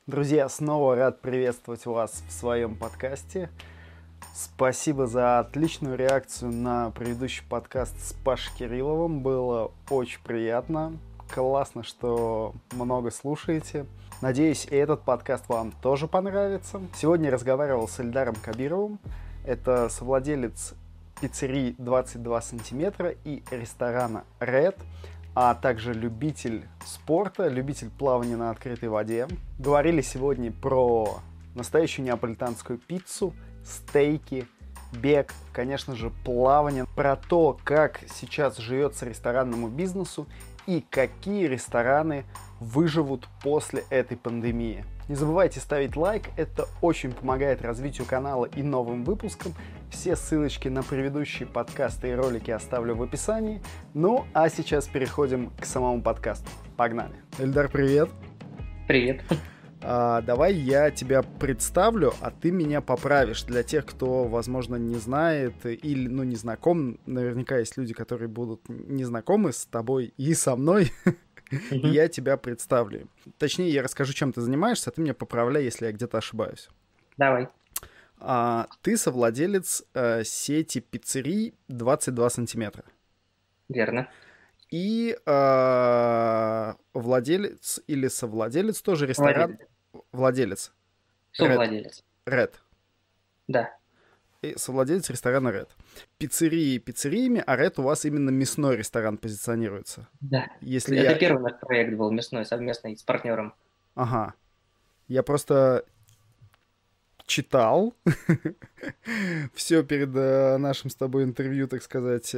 Друзья, снова рад приветствовать вас в своем подкасте. Спасибо за отличную реакцию на предыдущий подкаст с Пашей Кирилловым. Было очень приятно. Классно, что много слушаете. Надеюсь, и этот подкаст вам тоже понравится. Сегодня я разговаривал с Эльдаром Кабировым. Это совладелец пиццерии 22 сантиметра и ресторана Red, а также любитель спорта, любитель плавания на открытой воде. Говорили сегодня про настоящую неаполитанскую пиццу, стейки, бег, конечно же, плавание, про то, как сейчас живется ресторанному бизнесу и какие рестораны выживут после этой пандемии. Не забывайте ставить лайк, это очень помогает развитию канала и новым выпускам. Все ссылочки на предыдущие подкасты и ролики оставлю в описании. Ну, а сейчас переходим к самому подкасту. Погнали. Эльдар, привет. Привет. Давай я тебя представлю, а ты меня поправишь. Для тех, кто, возможно, не знает или, не знаком, наверняка есть люди, которые будут не знакомы с тобой и со мной. И я тебя представлю. Точнее, я расскажу, чем ты занимаешься, а ты меня поправляй, если я где-то ошибаюсь. Давай. Ты совладелец сети пиццерий 22 сантиметра. Верно. И владелец или совладелец тоже ресторан... Владелец. Совладелец. Red. Да. И совладелец ресторана Red. Пиццерии пиццериями, а Red у вас именно мясной ресторан позиционируется. Да. Это первый наш проект был мясной, совместный с партнером. Ага. Я просто читал все перед нашим с тобой интервью, так сказать.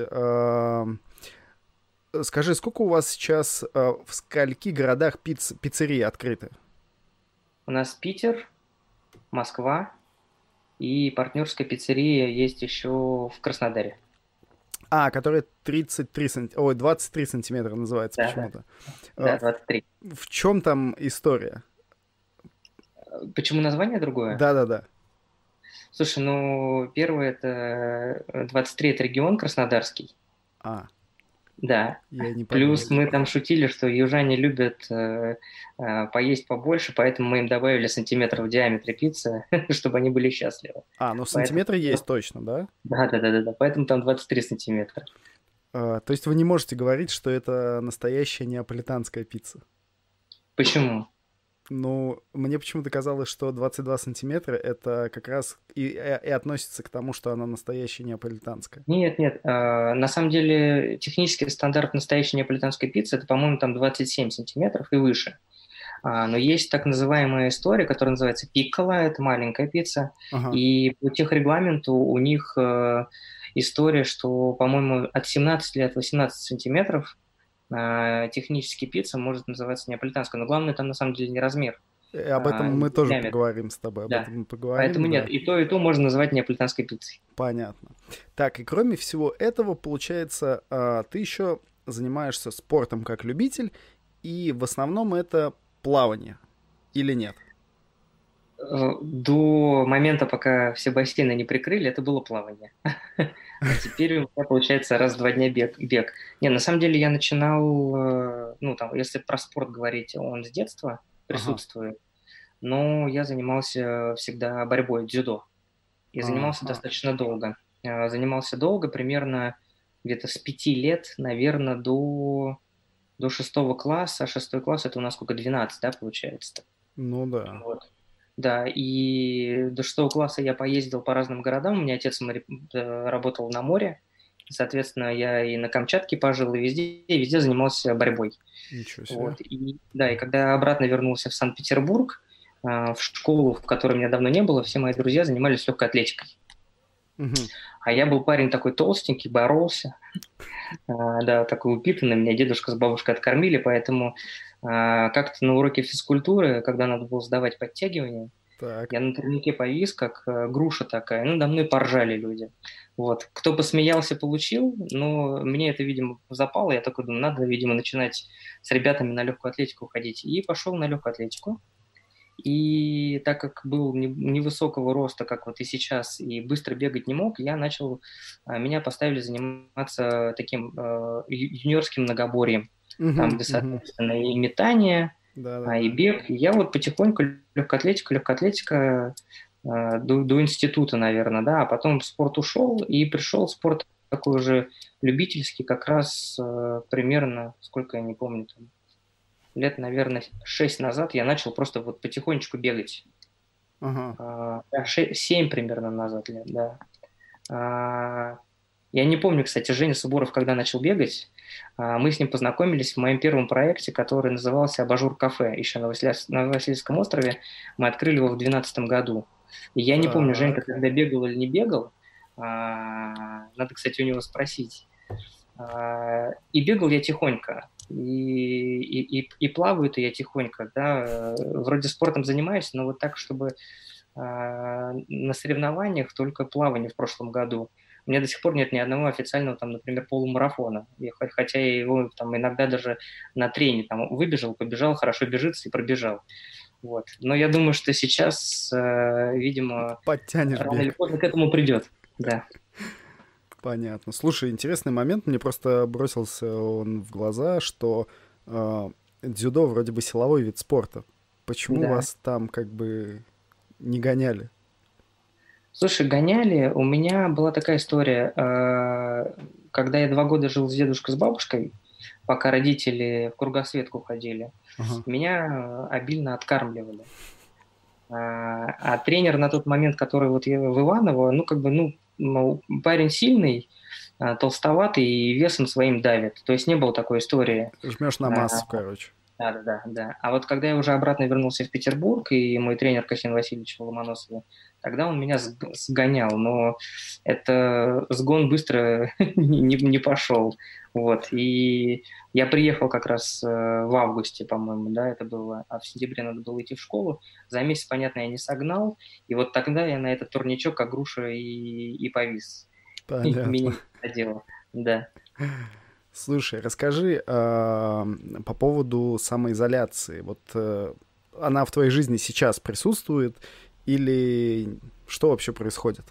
Скажи, сколько у вас сейчас в скольки городах пиццерии открыты? У нас Питер, Москва и партнерская пиццерия есть еще в Краснодаре. Которая 23 сантиметра называется почему-то. Да, 23. В чем там история? Почему название другое? Да. Слушай, первое это 23 это регион Краснодарский. Да. Плюс мы там шутили, что южане любят поесть побольше, поэтому мы им добавили сантиметр в диаметре пиццы, чтобы они были счастливы. Сантиметры есть точно, да? Да. Поэтому там 23 сантиметра. То есть вы не можете говорить, что это настоящая неаполитанская пицца? Почему? Мне почему-то казалось, что 22 сантиметра это как раз и относится к тому, что она настоящая неаполитанская. Нет. На самом деле технический стандарт настоящей неаполитанской пиццы это, по-моему, там 27 сантиметров и выше. Но есть так называемая история, которая называется пикколо, это маленькая пицца. Ага. И по техрегламенту у них история, что, по-моему, от 17 или от 18 сантиметров технически пицца может называться неаполитанской, но главное там на самом деле не размер. Об этом мы тоже поговорим с тобой. Да. Поэтому нет, и то можно назвать неаполитанской пиццей. Понятно. Так, и кроме всего этого, получается, ты еще занимаешься спортом как любитель, и в основном это плавание, или нет? До момента, пока все бассейны не прикрыли, это было плавание. А теперь у меня получается раз в 2 дня бег. Не, на самом деле я начинал, если про спорт говорить, он с детства присутствует, но я занимался всегда борьбой, дзюдо. И занимался достаточно долго. Занимался долго, примерно где-то с 5 лет, наверное, до 6 класса. 6 класс это у нас сколько, 12, да, получается? Да. Вот. Да, и до 6 класса я поездил по разным городам. У меня отец работал на море. Соответственно, я и на Камчатке пожил, и везде занимался борьбой. Ничего себе. И когда обратно вернулся в Санкт-Петербург, в школу, в которой меня давно не было, все мои друзья занимались легкой атлетикой. А я был парень такой толстенький, боролся. Да, такой упитанный. Меня дедушка с бабушкой откормили, поэтому как-то на уроке физкультуры, когда надо было сдавать подтягивания, я на турнике повис, как груша такая. Надо мной поржали люди. Вот. Кто посмеялся, получил, но мне это, видимо, запало. Я такой думаю, надо, видимо, начинать с ребятами на легкую атлетику ходить. И пошел на легкую атлетику. И так как был невысокого роста, как вот и сейчас, и быстро бегать не мог, меня поставили заниматься таким юниорским многоборьем, там, где, соответственно, и метание, и бег. И я вот потихоньку легкоатлетика до института, наверное, да, а потом в спорт ушел, и пришел спорт такой уже любительский, как раз примерно, сколько я не помню, там, лет, наверное, 6 назад я начал просто вот потихонечку бегать. 7 примерно назад лет, да. Я не помню, кстати, Женя Суборов, когда начал бегать. Мы с ним познакомились в моем первом проекте, который назывался «Абажур кафе». Еще на Васильевском острове. Мы открыли его в 2012 году. И я не помню, Женька тогда бегал или не бегал. Надо, кстати, у него спросить. И бегал я тихонько. И плаваю-то я тихонько. Да? Вроде спортом занимаюсь, но вот так, чтобы на соревнованиях только плавание в прошлом году. У меня до сих пор нет ни одного официального, там, например, полумарафона. Хотя я его там, иногда даже на трене там, выбежал, побежал, хорошо бежится и пробежал. Вот. Но я думаю, что сейчас, видимо, подтянешь рано или поздно к этому придет. Да. Понятно. Слушай, интересный момент. Мне просто бросился он в глаза, что дзюдо вроде бы силовой вид спорта. Почему вас там как бы не гоняли? Слушай, гоняли. У меня была такая история. Когда я 2 года жил с дедушкой, с бабушкой, пока родители в кругосветку ходили, меня обильно откармливали. А тренер на тот момент, который вот я в Иваново, парень сильный, толстоватый и весом своим давит. То есть не было такой истории. Жмешь на массу, короче. Да. А вот когда я уже обратно вернулся в Петербург, и мой тренер Касьян Васильевич Ломоносов, тогда он меня сгонял, но это сгон быстро не пошел. Вот. И я приехал как раз в августе, по-моему, да, это было, а в сентябре надо было идти в школу. За месяц, понятно, я не согнал, и вот тогда я на этот турничок, как груша, и повис. Понятно. Меня задело, да. Слушай, расскажи по поводу самоизоляции. Вот она в твоей жизни сейчас присутствует или что вообще происходит?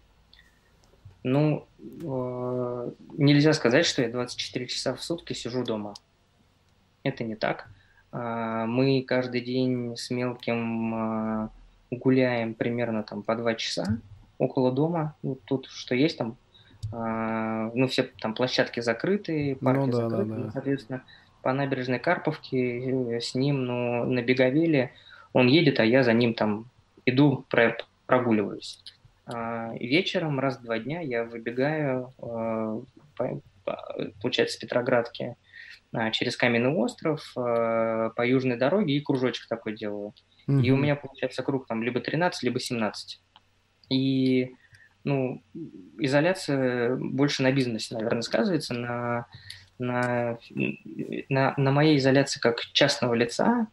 Ну, нельзя сказать, что я 24 часа в сутки сижу дома. Это не так. Мы каждый день с мелким гуляем примерно там по 2 часа около дома. Вот тут что есть там. Все там площадки закрыты, парки закрыты, соответственно, по набережной Карповки с ним, на Беговеле он едет, а я за ним там иду, прогуливаюсь. Вечером раз в 2 дня я выбегаю, получается, с Петроградки через Каменный остров по южной дороге и кружочек такой делаю. И у меня получается круг там либо 13, либо 17. И изоляция больше на бизнесе, наверное, сказывается, на моей изоляции как частного лица,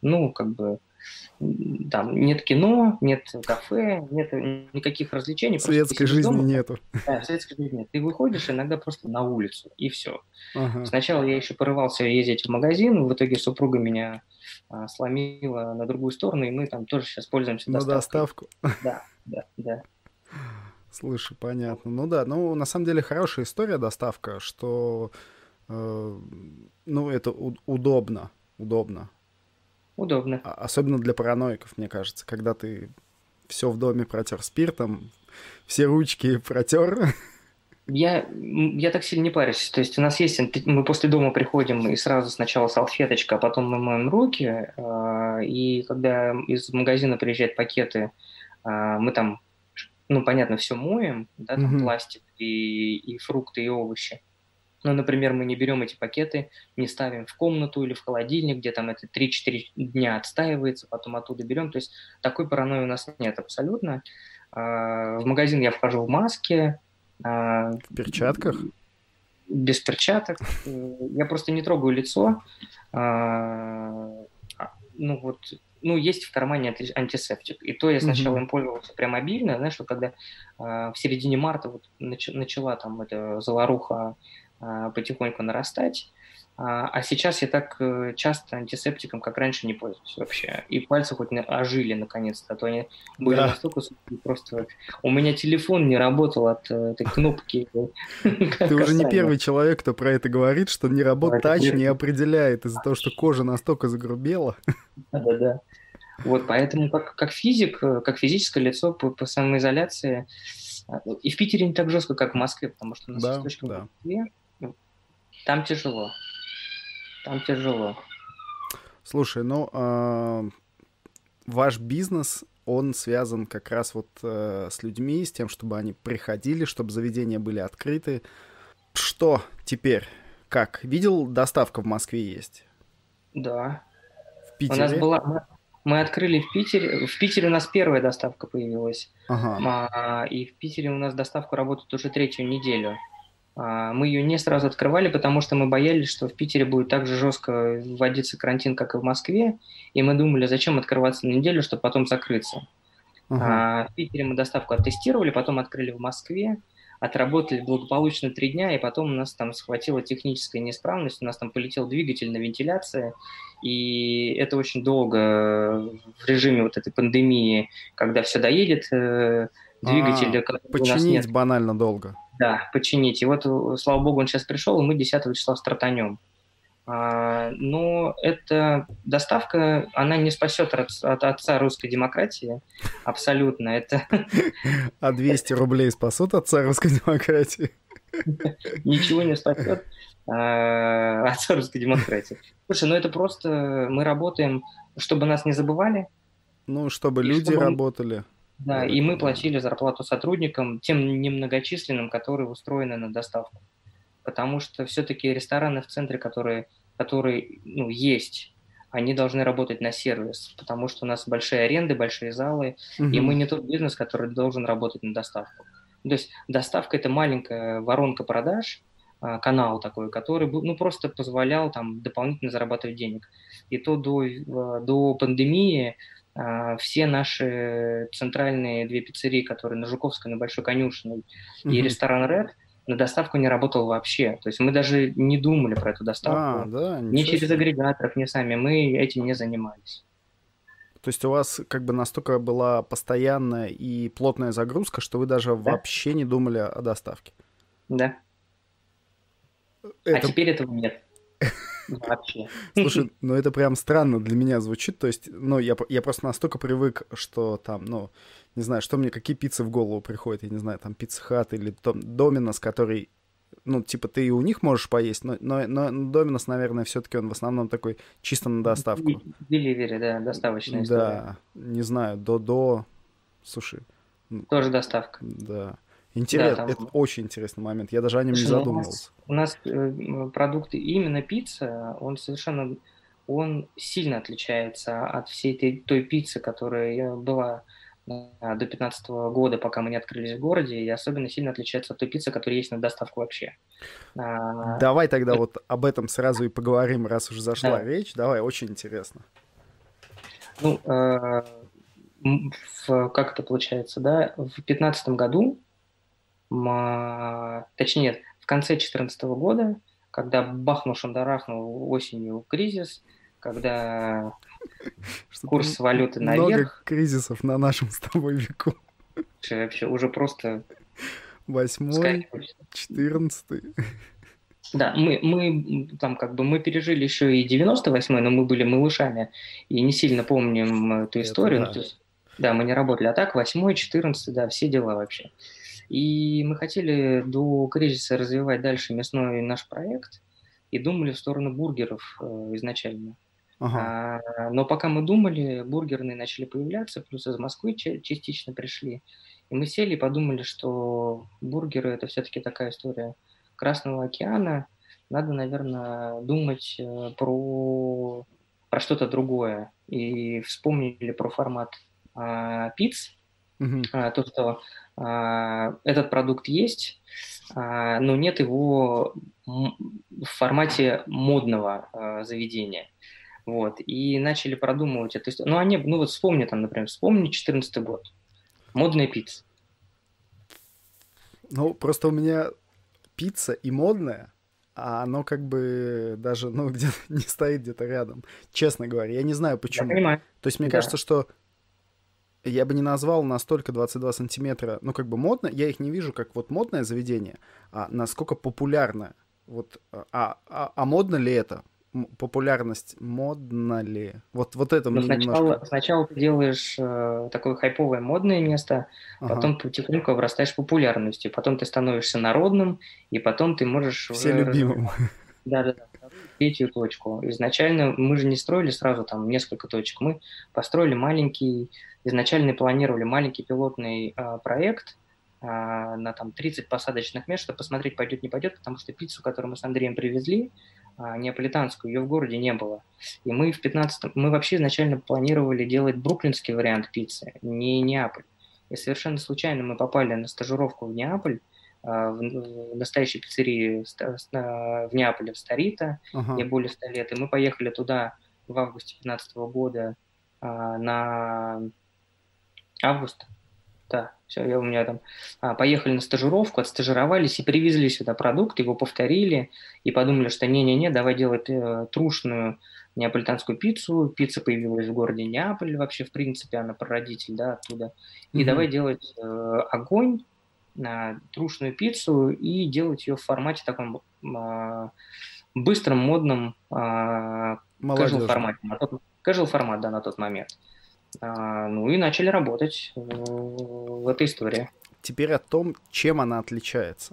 там нет кино, нет кафе, нет никаких развлечений. Светской жизни нету. Да, светской жизни нет. Ты выходишь иногда просто на улицу, и все. Сначала я еще порывался ездить в магазин, в итоге супруга меня сломила на другую сторону, и мы там тоже сейчас пользуемся доставку. Да. Слушай, понятно. На самом деле хорошая история доставка, что это удобно. Особенно для параноиков, мне кажется, когда ты все в доме протер спиртом, все ручки протер. Я так сильно не парюсь. То есть у нас есть, мы после дома приходим и сразу сначала салфеточка, а потом мы моем руки, и когда из магазина приезжают пакеты, мы там понятно, все моем, да, там пластик и фрукты, и овощи. Например, мы не берем эти пакеты, не ставим в комнату или в холодильник, где там это 3-4 дня отстаивается, потом оттуда берем. То есть такой паранойи у нас нет абсолютно. В магазин я вхожу в маске. В перчатках? Без перчаток. Я просто не трогаю лицо. Есть в кармане антисептик. И то я сначала им пользовался прям обильно, знаешь, что когда в середине марта начала там эта заваруха потихоньку нарастать, А сейчас я так часто антисептиком, как раньше, не пользуюсь вообще. И пальцы хоть ожили наконец-то, а то они были Да. настолько сухие, просто... У меня телефон не работал от этой кнопки Ты уже не касания. первый человек, кто про это говорит, что не работает Это тач, бред. не определяет из-за того, что кожа настолько загрубела. Да-да-да. Вот, поэтому как физик, как физическое лицо по самоизоляции, и в Питере не так жестко, как в Москве, потому что у нас есть Да, точка в да. Москве, там тяжело, там тяжело. Слушай, ну, ваш бизнес, он связан как раз вот с людьми, с тем, чтобы они приходили, чтобы заведения были открыты. Что теперь? Как? Видел, доставка в Москве есть? Да. В У нас Питере? была, мы открыли в Питере. В Питере у нас первая доставка появилась. Ага. И в Питере у нас доставка работает уже третью неделю. Мы ее не сразу открывали, потому что мы боялись, что в Питере будет так же жестко вводиться карантин, как и в Москве. И мы думали, зачем открываться на неделю, чтобы потом закрыться. Ага. В Питере мы доставку оттестировали, потом открыли в Москве, отработали благополучно 3 дня, и потом у нас там схватила техническая неисправность, у нас там полетел двигатель на вентиляции, и это очень долго в режиме вот этой пандемии, когда все доедет, двигатель, которого у нас Починить нет, банально долго. да, починить. И вот, слава богу, он сейчас пришел, и мы 10 числа стартанем. Но эта доставка, она не спасет от отца русской демократии абсолютно. Это А 200 рублей спасут от русской демократии? ничего не спасет отца русской демократии. Слушай, ну это просто мы работаем, чтобы нас не забывали, Ну, чтобы и люди чтобы, работали, да, я и так мы понимаю. платили зарплату сотрудникам, тем немногочисленным, которые устроены на доставку. Потому что все-таки рестораны в центре, которые ну, есть, они должны работать на сервис, потому что у нас большие аренды, большие залы, и мы Мгм. не тот бизнес, который должен работать на доставку. То есть доставка – это маленькая воронка продаж, канал такой, который ну, просто позволял там дополнительно зарабатывать денег. И то до пандемии все наши центральные 2 пиццерии, которые на Жуковской, на Большой Конюшенной, и Мгм. ресторан Red, на доставку не работал вообще. То есть мы даже не думали про эту доставку. Да, Ни ничего через себе. агрегаторов, ни сами. Мы этим не занимались. То есть у вас как бы настолько была постоянная и плотная загрузка, что вы даже Да? вообще не думали о доставке. Да. А Это, теперь этого нет. Вообще. слушай, ну это прям странно для меня звучит. То есть, ну я просто настолько привык, что там, ну, не знаю, что мне, какие пиццы в голову приходят, я не знаю, там Пицца Хат или Доминос, который, ну, типа ты и у них можешь поесть, но Доминос, наверное, все-таки он в основном такой чисто на доставку. Деливери, да, доставочная история. Да, не знаю, до, слушай, Тоже доставка. да. Да, Интересно, там. это очень интересный момент. Я даже о нем не Слушай, ну задумывался. у нас продукты именно пицца, он сильно отличается от всей той пиццы, которая была до 2015 года, пока мы не открылись в городе, и особенно сильно отличается от той пиццы, которая есть на доставку вообще. А, Давай тогда вот об этом сразу и поговорим, раз уже зашла да, речь. Давай, очень интересно. ну, как это получается, да, в 2015 году, точнее, нет, в конце 2014 года, когда бахнул-шандарахнул осенью кризис, когда Что-то курс валюты много наверх, кризисов на нашем с тобой веку. вообще уже просто 8-й, скакивать. 14-й. Да, мы там как бы мы пережили еще и 98-й, но мы были малышами и не сильно помним эту Это историю. Ну, то да. есть, да, мы не работали. А так 8-й, 14-й, да, все дела вообще. И мы хотели до кризиса развивать дальше мясной наш проект и думали в сторону бургеров изначально. Ага. Но пока мы думали, бургерные начали появляться, плюс из Москвы частично пришли. И мы сели и подумали, что бургеры – это все-таки такая история Красного океана. Надо, наверное, думать про что-то другое. И вспомнили про формат пиц, Мгм. то, что этот продукт есть, но нет его в формате модного заведения. Вот. И начали продумывать эту историю. Ну вот вспомни там, например, вспомни 2014 год. Модная пицца. Ну, просто у меня пицца и модная а оно как бы даже, ну, где-то не стоит где-то рядом. Честно говоря, я не знаю Я почему. понимаю. То есть мне кажется, Да. что я бы не назвал настолько 22 сантиметра, ну, как бы модно. Я их не вижу как вот модное заведение, а насколько популярное. Вот, а модно ли это? Популярность модно ли? Вот это Но мне немножко... сначала ты делаешь такое хайповое модное место, Ага. потом потихоньку обрастаешь популярностью, потом ты становишься народным, и потом ты можешь Все уже любимым. развивать. Да-да-да, вторую, третью точку. Изначально мы же не строили сразу там несколько точек, мы построили маленький, изначально планировали маленький пилотный проект на там 30 посадочных мест, чтобы посмотреть, пойдет, не пойдет, потому что пиццу, которую мы с Андреем привезли, неаполитанскую, ее в городе не было. И мы в 15 мы вообще изначально планировали делать бруклинский вариант пиццы, не Неаполь. И совершенно случайно мы попали на стажировку в Неаполь, в настоящей пиццерии в Неаполе, в Старита, Ага. где более 100 лет. И мы поехали туда в августе 2015 года на август. Да, все, у меня там поехали на стажировку, отстажировались и привезли сюда продукт, его повторили и подумали, что не-не-не, давай делать трушную неаполитанскую пиццу. Пицца появилась в городе Неаполь вообще, в принципе, она прародитель, да, оттуда. И Мгм. давай делать огонь, трушную пиццу и делать ее в формате таком быстром, модном, casual Молодежно. формате. Casual формат, да, на тот момент. Ну и начали работать в этой истории. Теперь о том, чем она отличается.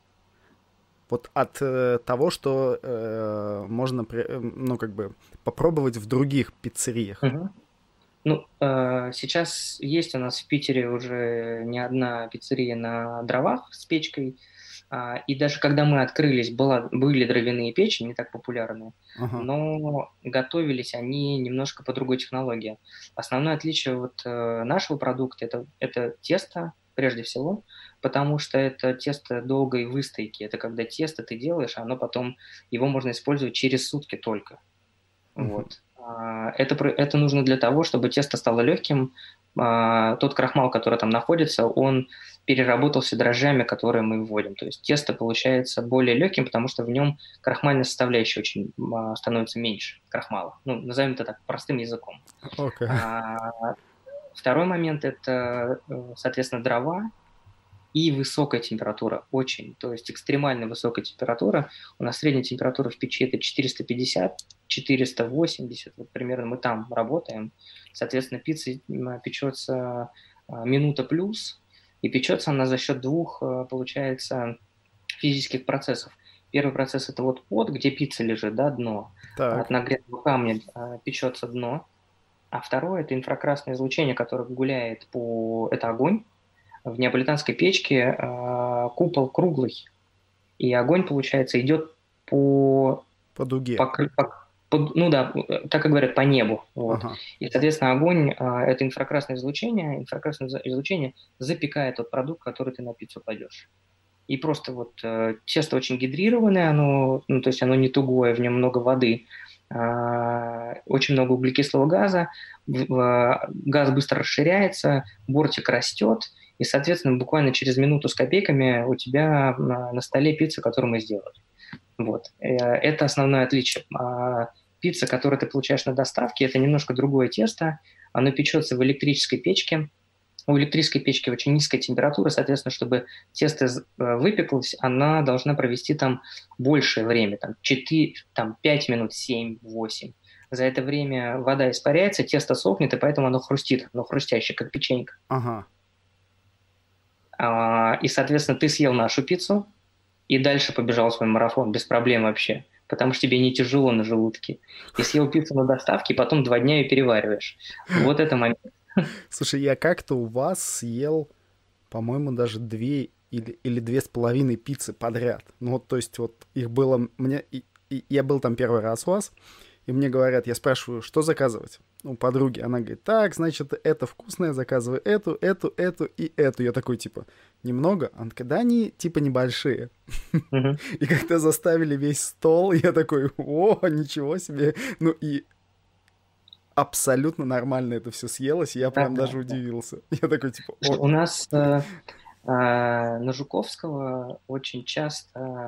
Вот от того, что можно, ну, как бы, попробовать в других пиццериях. Мгм. Ну, сейчас есть у нас в Питере уже не одна пиццерия на дровах с печкой. И даже когда мы открылись, были дровяные печи, не так популярные, Ага. но готовились они немножко по другой технологии. Основное отличие вот нашего продукта это тесто, прежде всего, потому что это тесто долгой выстойки. Это когда тесто ты делаешь, а оно потом, его можно использовать через сутки только. Мгм. Вот. Это нужно для того, чтобы тесто стало легким. Тот крахмал, который там находится, он переработался дрожжами, которые мы вводим. То есть тесто получается более легким, потому что в нем крахмальная составляющая очень становится меньше крахмала. Ну, назовем это так простым языком. Окей. А, Второй момент – это, соответственно, дрова и высокая температура, очень, то есть экстремально высокая температура. У нас средняя температура в печи это 450, 480, вот примерно мы там работаем. Соответственно, пицца печется минута плюс, и печется она за счет двух, получается, физических процессов. Первый процесс это вот под, где пицца лежит, да, дно. От Так. нагретого камня печется дно. А второе это инфракрасное излучение, которое гуляет по... Это огонь, в неаполитанской печке купол круглый, и огонь, получается, идет по, По дуге. ну да, так и говорят, по небу. Вот. Ага. И, соответственно, огонь это инфракрасное излучение запекает тот продукт, который ты на пиццу кладешь. И просто вот тесто очень гидрированное, оно, ну, то есть оно не тугое, в нем много воды, очень много углекислого газа, газ быстро расширяется, бортик растет, и, соответственно, буквально через минуту с копейками у тебя на столе пицца, которую мы сделали. Вот. Это основное отличие. Пицца, которую ты получаешь на доставке, это немножко другое тесто, оно печется в электрической печке, у электрической печки очень низкая температура, соответственно, чтобы тесто выпеклось, она должна провести там большее время, там 4, там 5 минут, 7, 8. За это время вода испаряется, тесто сохнет, и поэтому оно хрустит, оно хрустящее, как печенька. Ага. И, соответственно, ты съел нашу пиццу и дальше побежал свой марафон без проблем вообще, потому что тебе не тяжело на желудке. Ты съел пиццу на доставке, и потом 2 дня ее перевариваешь. Вот это момент. Слушай, я как-то у вас съел, по-моему, даже или 2,5 пиццы подряд. Ну вот, то есть вот их было... Я был там первый раз у вас, и мне говорят, я спрашиваю, что заказывать? У подруги. Она говорит, так, значит, это вкусное, заказывай эту и эту. Я такой, типа, немного? Она такая, да они, типа, небольшие. Мгм. И когда заставили весь стол, я такой, о, ничего себе. Ну и абсолютно нормально это все съелось, и я Да, прям да, даже да. удивился. Я такой, типа, У нас на Жуковского очень часто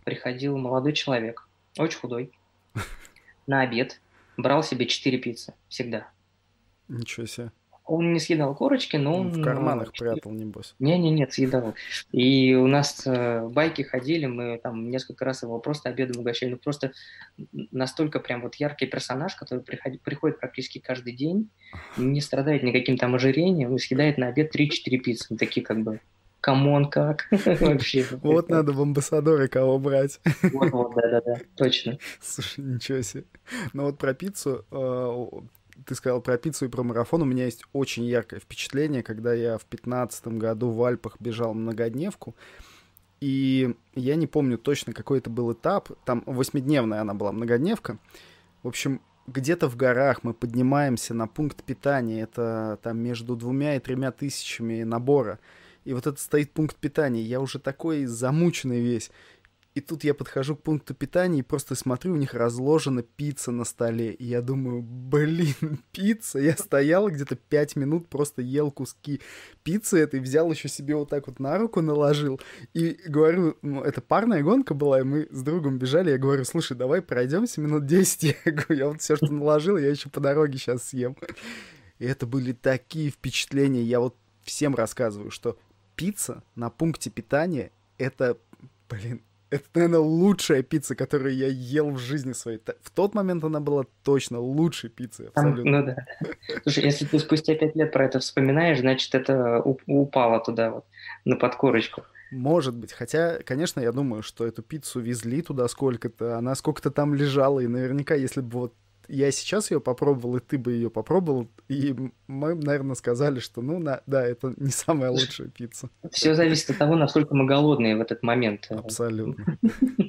приходил молодой человек, очень худой, на обед, брал себе 4 пиццы всегда. Ничего себе. Он не съедал корочки, но В он... карманах прятал, небось. Не-не-нет, съедал. И у нас байки ходили, мы там несколько раз его просто обедом угощали. Ну, просто настолько прям вот яркий персонаж, который приходит практически каждый день, не страдает никаким там ожирением и съедает на обед 3-4 пиццы. Мы такие как бы, камон, как? Вообще. Вот надо в амбассадоры кого брать. Вот, да-да-да, точно. Слушай, ничего себе. Ну вот про пиццу, ты сказал про пиццу и про марафон. У меня есть очень яркое впечатление, когда я в 15 году в Альпах бежал многодневку, и я не помню точно, какой это был этап. Там 8-дневная она была многодневка. В общем, где-то в горах мы поднимаемся на пункт питания. Это там между 2 и 3 тысячами набора. И вот это стоит пункт питания. Я уже такой замученный весь. И тут я подхожу к пункту питания и просто смотрю, у них разложена пицца на столе. И я думаю, блин, пицца. Я стоял где-то 5 минут, просто ел куски пиццы этой, взял еще себе вот так вот на руку, наложил. И говорю, ну, это парная гонка была, и мы с другом бежали. Я говорю, слушай, давай пройдемся минут 10. Я говорю, я вот все, что наложил, я еще по дороге сейчас съем. И это были такие впечатления. Я вот всем рассказываю, что пицца на пункте питания — это, блин, это, наверное, лучшая пицца, которую я ел в жизни своей. В тот момент она была точно лучшей пиццей, абсолютно. Ну да. Слушай, если ты спустя 5 лет про это вспоминаешь, значит, это упало туда вот, на подкорочку. Может быть. Хотя, конечно, я думаю, что эту пиццу везли туда сколько-то, она сколько-то там лежала, и наверняка, если бы вот я сейчас ее попробовал, и ты бы ее попробовал, и мы, наверное, сказали, что, ну, да, это не самая лучшая пицца. Все зависит от того, насколько мы голодные в этот момент. Абсолютно.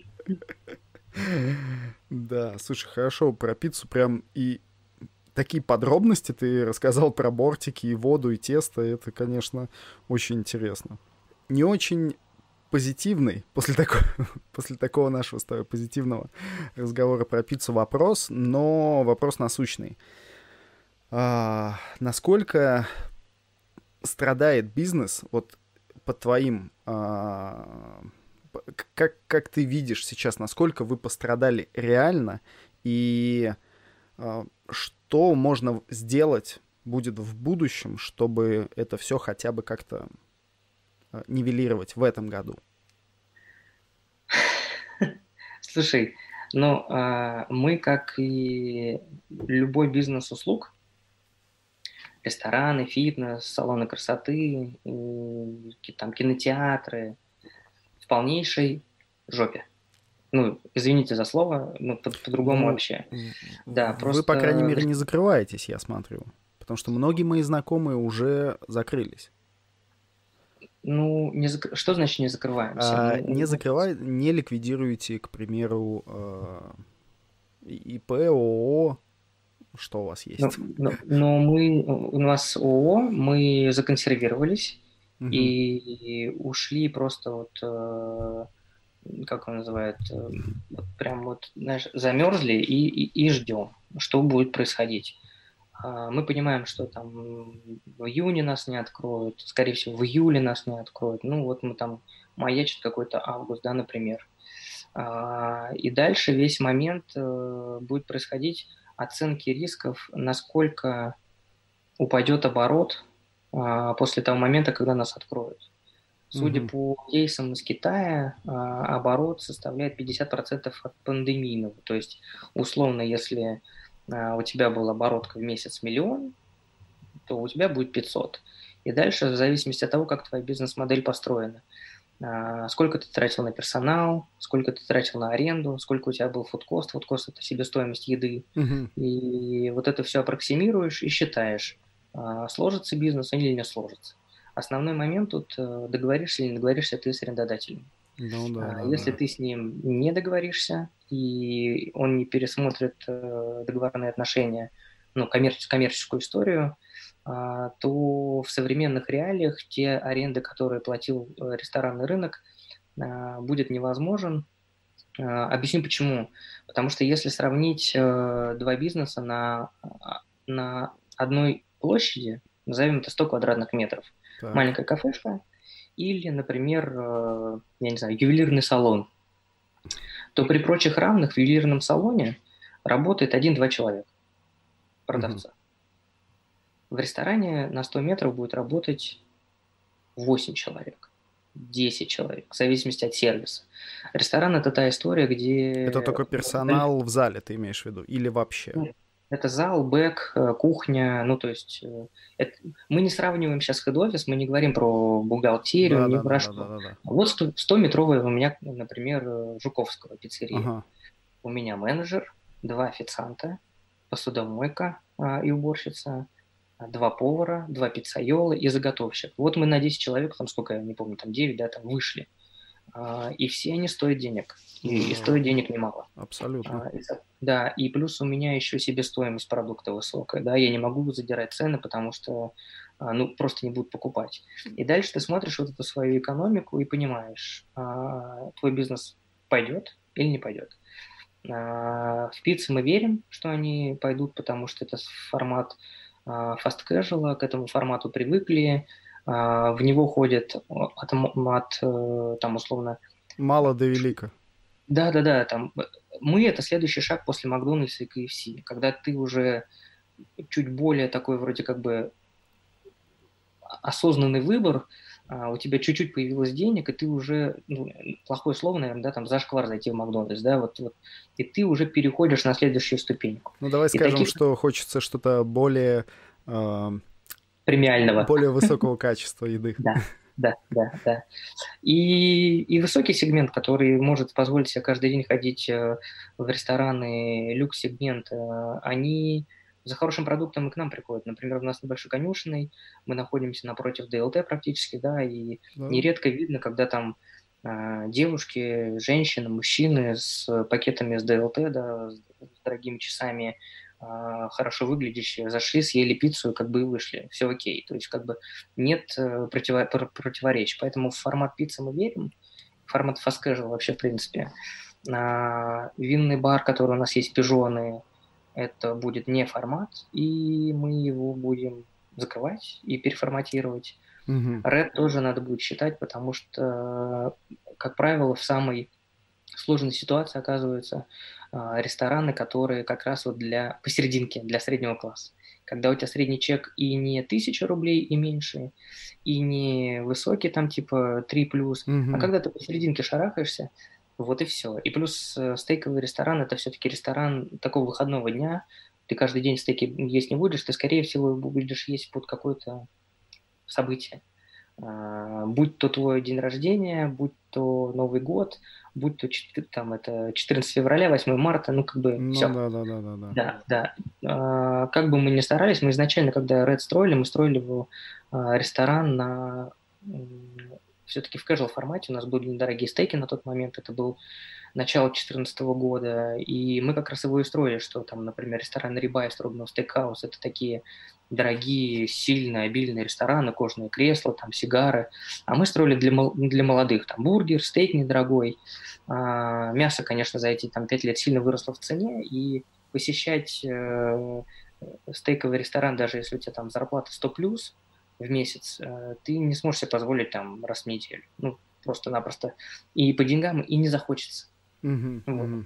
Да, слушай, хорошо, про пиццу прям и такие подробности ты рассказал про бортики, и воду, и тесто, это, конечно, очень интересно. Не очень позитивный после такого нашего с тобой позитивного разговора про пиццу вопрос, но вопрос насущный. Насколько страдает бизнес, вот по твоим, как ты видишь сейчас, насколько вы пострадали реально, и что можно сделать будет в будущем, чтобы это все хотя бы как-то нивелировать в этом году? Слушай, ну, мы, как и любой бизнес услуг, рестораны, фитнес, салоны красоты, там, кинотеатры, в полнейшей жопе. Ну, извините за слово, но по-другому вообще. Да, вы, по крайней мере, не закрываетесь, я смотрю. Потому что многие мои знакомые уже закрылись. Ну, что значит не закрываемся? Не ликвидируете, к примеру, ИП, ООО, что у вас есть? Но у нас ООО, мы законсервировались и ушли просто вот, как он называет, вот прям вот, знаешь, замерзли и ждем, что будет происходить. Мы понимаем, что там в июне нас не откроют, скорее всего, в июле нас не откроют. Ну, вот мы там маячит какой-то август, да, например. И дальше весь момент будет происходить оценки рисков, насколько упадет оборот после того момента, когда нас откроют. Судя по кейсам из Китая, оборот составляет 50% от пандемийного. То есть, условно, если у тебя был оборот в месяц 1 000 000, то у тебя будет 500. И дальше, в зависимости от того, как твоя бизнес-модель построена, сколько ты тратил на персонал, сколько ты тратил на аренду, сколько у тебя был фудкост. Фудкост – это себестоимость еды. И вот это все аппроксимируешь и считаешь, сложится бизнес или не сложится. Основной момент тут договоришься или не договоришься ты с арендодателем. Если ты с ним не договоришься, и он не пересмотрит договорные отношения, ну, коммерческую историю, то в современных реалиях те аренды, которые платил ресторанный рынок, будет невозможен. Объясню почему. Потому что если сравнить два бизнеса на одной площади, назовем это 100 квадратных метров, маленькая кафешка или, например, я не знаю, ювелирный салон. то при прочих равных в ювелирном салоне работает 1-2 человека, продавца. В ресторане на 100 метров будет работать 8 человек, 10 человек, в зависимости от сервиса. Ресторан – это та история, где… Это только персонал в зале, ты имеешь в виду? Или вообще? Это зал, бэк, кухня, ну, то есть мы не сравниваем сейчас хед-офис, мы не говорим про бухгалтерию, не про что. Вот 100-метровая у меня, например, Жуковского пиццерия. У меня менеджер, 2 официанта, посудомойка и уборщица, 2 повара, 2 пиццайола и заготовщик. Вот мы на 10 человек, там сколько, я не помню, там 9, да, там вышли. И все они стоят денег. И стоят денег немало. Абсолютно. Да, и плюс у меня еще себестоимость продукта высокая. Да, я не могу задирать цены, потому что ну, просто не будут покупать. И дальше ты смотришь вот эту свою экономику и понимаешь, твой бизнес пойдет или не пойдет. В пиццы мы верим, что они пойдут, потому что это формат fast casual, к этому формату привыкли, в него ходят там условно… Мало до велика. Да, там мы – это следующий шаг после Макдональдса и KFC, когда ты уже чуть более такой вроде как бы осознанный выбор, у тебя чуть-чуть появилось денег, и ты уже, ну, плохое слово, наверное, да, там зашквар зайти в Макдональдс, да, вот, и ты уже переходишь на следующую ступеньку. Ну, давай скажем, что хочется что-то более… премиального. Более высокого качества еды. Да. И высокий сегмент, который может позволить себе каждый день ходить в рестораны, люкс-сегмент, они за хорошим продуктом и к нам приходят. Например, у нас небольшой конюшенный, мы находимся напротив ДЛТ практически, да, и нередко видно, когда там девушки, женщины, мужчины с пакетами с ДЛТ, да, с дорогими часами, хорошо выглядящие, зашли, съели пиццу, как бы и вышли. Все окей. То есть как бы нет противоречий. Поэтому в формат пиццы мы верим, в формат fast casual вообще в принципе. Винный бар, который у нас есть, пижоны, это будет не формат, и мы его будем закрывать и переформатировать. Red тоже надо будет считать, потому что, как правило, в самой сложной ситуации оказываются рестораны, которые как раз вот посерединке, для среднего класса. Когда у тебя средний чек и не 1000 рублей и меньше, и не высокий, там типа 3+, а когда ты посерединке шарахаешься, вот и все. И плюс стейковый ресторан – это все-таки ресторан такого выходного дня. Ты каждый день стейки есть не будешь, ты, скорее всего, будешь есть под какое-то событие. Будь то твой день рождения, будь то Новый год, будь то там, это 14 февраля, 8 марта, ну как бы все. Да. Как бы мы ни старались, мы изначально, когда Red строили, мы строили его ресторан на… Все-таки в casual формате, у нас были недорогие стейки на тот момент, это был начало 2014 года, и мы как раз его и строили, что там, например, ресторан Рибай, Строганов Стейкхаус, это такие дорогие, сильные, обильные рестораны, кожаные кресла, там сигары, а мы строили для молодых, там бургер, стейк недорогой, мясо, конечно, за эти там 5 лет сильно выросло в цене, и посещать стейковый ресторан, даже если у тебя там зарплата 100+, в месяц, ты не сможешь себе позволить там раз в неделю. Ну, просто-напросто. И по деньгам и не захочется. Вот.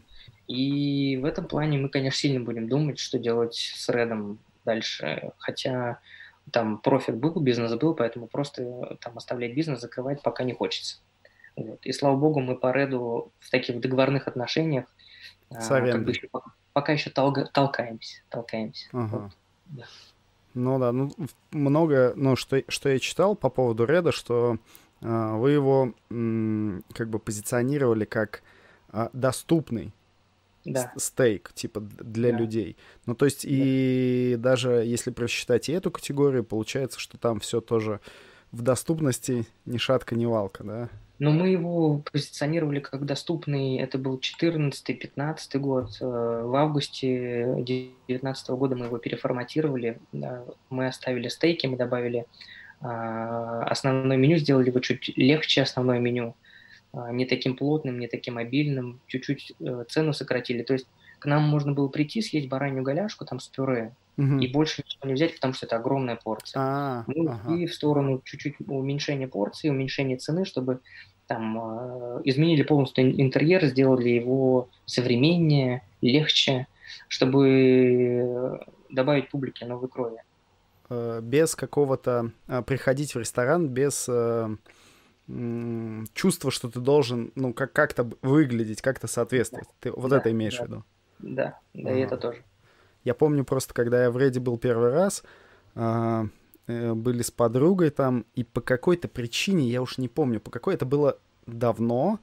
И в этом плане мы, конечно, сильно будем думать, что делать с Редом дальше. Хотя там профит был, бизнес был, поэтому просто там оставлять бизнес, закрывать пока не хочется. Вот. И слава богу, мы по Реду в таких договорных отношениях как бы пока еще толкаемся. Вот. Да. Ну да, много, что я читал по поводу Реда, что вы его как бы позиционировали как доступный стейк, типа для людей. Ну то есть и даже если просчитать и эту категорию, получается, что там все тоже в доступности ни шатка, ни валка, да? Но мы его позиционировали как доступный, это был 2014-2015 год. В августе 2019 года мы его переформатировали. Мы оставили стейки, мы добавили основное меню, сделали его чуть легче, основное меню. Не таким плотным, не таким обильным. Чуть-чуть цену сократили. То есть к нам можно было прийти, съесть баранью голяшку там с пюре, и больше ничего не взять, потому что это огромная порция. Мы ушли в сторону чуть-чуть уменьшения порции, уменьшения цены, чтобы там изменили полностью интерьер, сделали его современнее, легче, чтобы добавить публике новой крови. Без какого-то приходить в ресторан без чувства, что ты должен, ну, как-то выглядеть, как-то соответствовать. Ты вот это имеешь в виду? Да, и это тоже. Я помню просто, когда я в Реде был первый раз, были с подругой там, и по какой-то причине, я уж не помню, по какой, это было давно,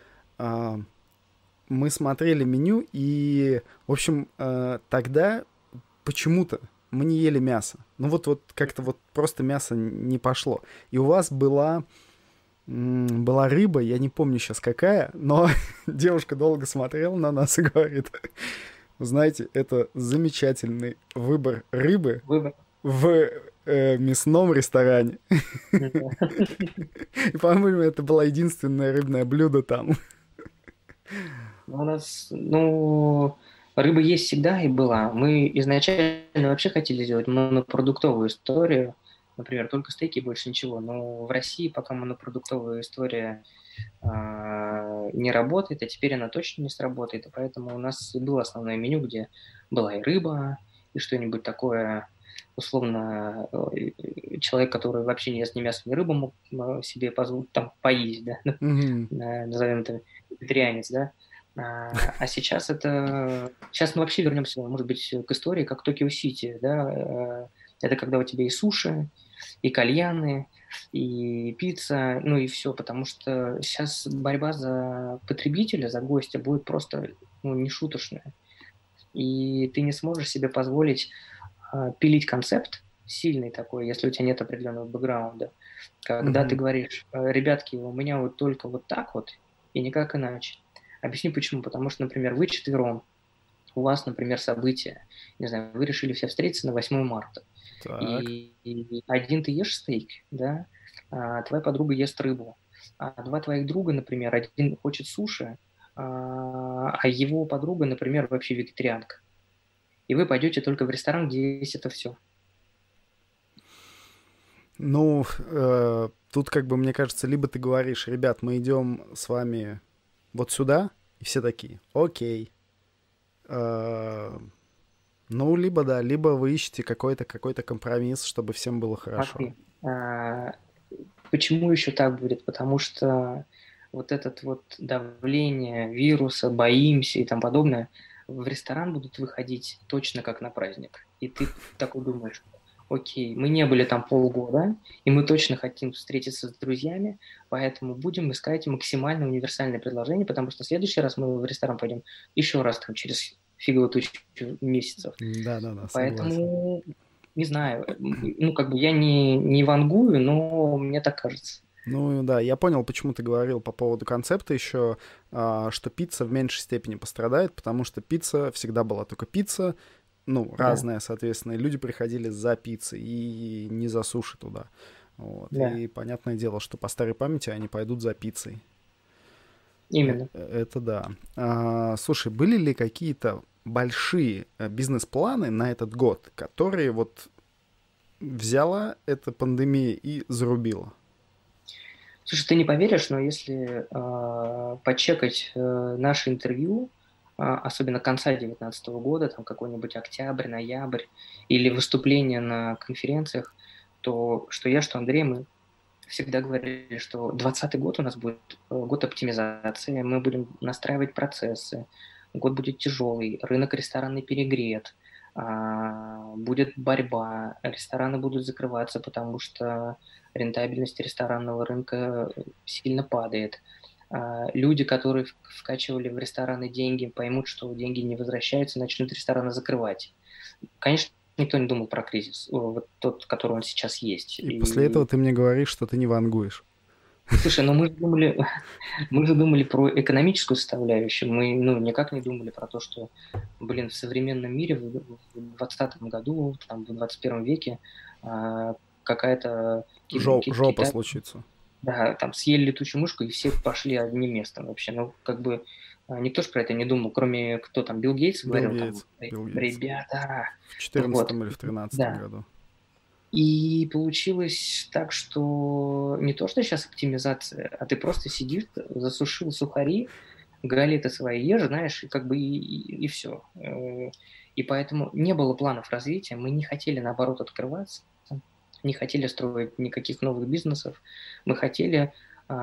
мы смотрели меню, и, в общем, тогда почему-то мы не ели мясо. Ну вот как-то вот просто мясо не пошло. И у вас была рыба, я не помню сейчас какая, но девушка долго смотрела на нас и говорит: знаете, это замечательный выбор рыбы в мясном ресторане. И, по-моему, это было единственное рыбное блюдо там. У нас, рыба есть всегда и была. Мы изначально вообще хотели сделать монопродуктовую историю. Например, только стейки, больше ничего. Но в России пока монопродуктовая история не работает, а теперь она точно не сработает. И поэтому у нас было основное меню, где была и рыба, и что-нибудь такое, условно, человек, который вообще не ест ни мясо, ни рыбу, мог себе позволить там поесть, да, назовем это вегетарианец, да. А сейчас сейчас мы вообще вернемся, может быть, к истории, как Токио-Сити, да. Это когда у тебя и суши, и кальяны, и пицца, ну и все, потому что сейчас борьба за потребителя, за гостя будет просто нешуточная. И ты не сможешь себе позволить пилить концепт сильный такой, если у тебя нет определенного бэкграунда. Когда ты говоришь: ребятки, у меня вот только вот так вот и никак иначе. Объясню почему. Потому что, например, вы четвером, у вас, например, событие, не знаю, вы решили все встретиться на 8 марта. И один ты ешь стейк, да, а твоя подруга ест рыбу. А два твоих друга, например, один хочет суши, а его подруга, например, вообще вегетарианка. И вы пойдете только в ресторан, где есть это все. Ну, тут как бы, мне кажется, либо ты говоришь: ребят, мы идем с вами вот сюда, и все такие: окей. Ну, либо да, либо вы ищете какой-то компромисс, чтобы всем было хорошо. Почему еще так будет? Потому что вот это вот давление вируса, боимся и тому подобное, в ресторан будут выходить точно как на праздник. И ты такой думаешь: окей, мы не были там полгода, и мы точно хотим встретиться с друзьями, поэтому будем искать максимально универсальное предложение, потому что в следующий раз мы в ресторан пойдем еще раз там через фиговую тысячу месяцев. Да, поэтому, согласен. Не знаю, как бы я не вангую, но мне так кажется. Ну да, я понял, почему ты говорил по поводу концепта еще, что пицца в меньшей степени пострадает, потому что пицца всегда была только пицца, разная, соответственно, и люди приходили за пиццей и не за суши туда. Вот. Да. И понятное дело, что по старой памяти они пойдут за пиццей. Именно. Это да. Слушай, были ли какие-то большие бизнес-планы на этот год, которые вот взяла эта пандемия и зарубила? Слушай, ты не поверишь, но если почекать наше интервью, особенно конца 2019 года, там какой-нибудь октябрь, ноябрь, или выступления на конференциях, то что я, что Андрей, мы всегда говорили, что 2020 год у нас будет год оптимизации, мы будем настраивать процессы, год будет тяжелый, рынок ресторанный перегрет, будет борьба, рестораны будут закрываться, потому что рентабельность ресторанного рынка сильно падает. Люди, которые вкачивали в рестораны деньги, поймут, что деньги не возвращаются, начнут рестораны закрывать. Конечно, никто не думал про кризис, вот тот, который он сейчас есть. И после этого ты мне говоришь, что ты не вангуешь. Слушай, мы же думали про экономическую составляющую, мы никак не думали про то, что, в современном мире в 2020 году, там, в 21 веке какая-то... Жопа случится. Да, там съели летучую мышку, и все пошли одним местом вообще. Никто же про это не думал, кроме кто там, Билл Гейтс говорил, Билл Гейтс. ребята. В 2014 вот. или в 2013 Да. году. И получилось так, что не то, что сейчас оптимизация, а ты просто сидишь, засушил сухари, галеты свои ешь, знаешь, и как бы и все. И поэтому не было планов развития, мы не хотели, наоборот, открываться, не хотели строить никаких новых бизнесов, мы хотели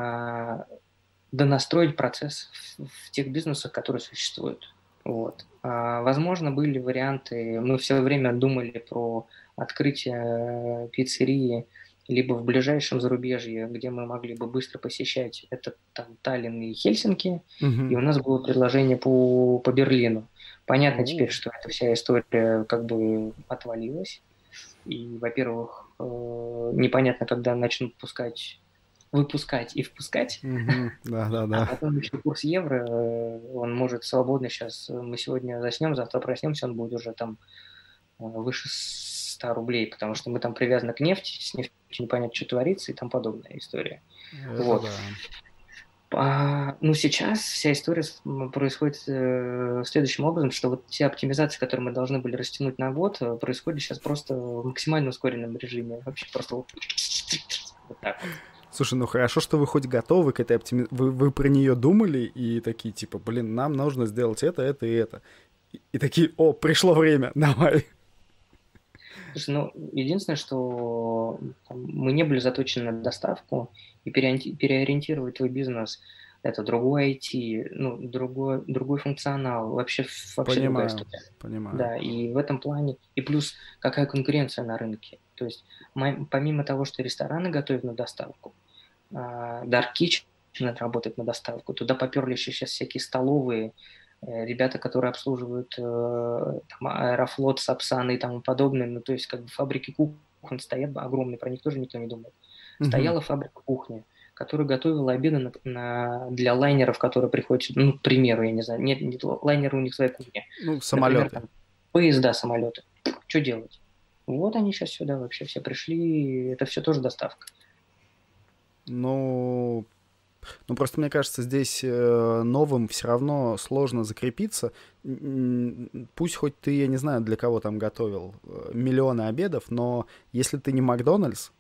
донастроить процесс в тех бизнесах, которые существуют. Вот. Возможно, были варианты, мы все время думали про открытие пиццерии либо в ближайшем зарубежье, где мы могли бы быстро посещать, это там Таллин и Хельсинки, и у нас было предложение по Берлину. Понятно теперь, что эта вся история как бы отвалилась, и, во-первых, непонятно, когда начнут выпускать и впускать. Да. А потом еще курс евро, он может свободно сейчас, мы сегодня заснем, завтра проснемся, он будет уже там выше 100 рублей, потому что мы там привязаны к нефти, с нефтью непонятно, что творится и там подобная история. Это вот. Да. Ну, сейчас вся история происходит следующим образом, что вот те оптимизации, которые мы должны были растянуть на год, происходят сейчас просто в максимально ускоренном режиме. Вообще просто вот так вот. Слушай, ну хорошо, что вы хоть готовы к этой оптимизации. Вы про нее думали и такие, типа, блин, нам нужно сделать это и это. И такие, о, пришло время, давай. Слушай, ну, единственное, что мы не были заточены на доставку, и переориентировать твой бизнес — это другой IT, ну, другой функционал, вообще другая история. Понимаю. Да, и в этом плане, и плюс какая конкуренция на рынке. То есть помимо того, что рестораны готовят на доставку, Dark Kitchen работает на доставку, туда поперли еще сейчас всякие столовые, ребята, которые обслуживают там, Аэрофлот, Сапсан и тому подобное, ну, то есть как бы фабрики кухонь стоят огромные, про них тоже никто не думает. Стояла фабрика кухни, которая готовила обеды для лайнеров, которые приходят, ну, к примеру, я не знаю, нет, лайнеры у них своя кухня. Ну, самолеты. Например, там, поезда, самолеты. Что делать? Вот они сейчас сюда вообще все пришли, это все тоже доставка. Ну, просто мне кажется, здесь новым все равно сложно закрепиться. Пусть хоть ты, я не знаю, для кого там готовил миллионы обедов, но если ты не Макдональдс,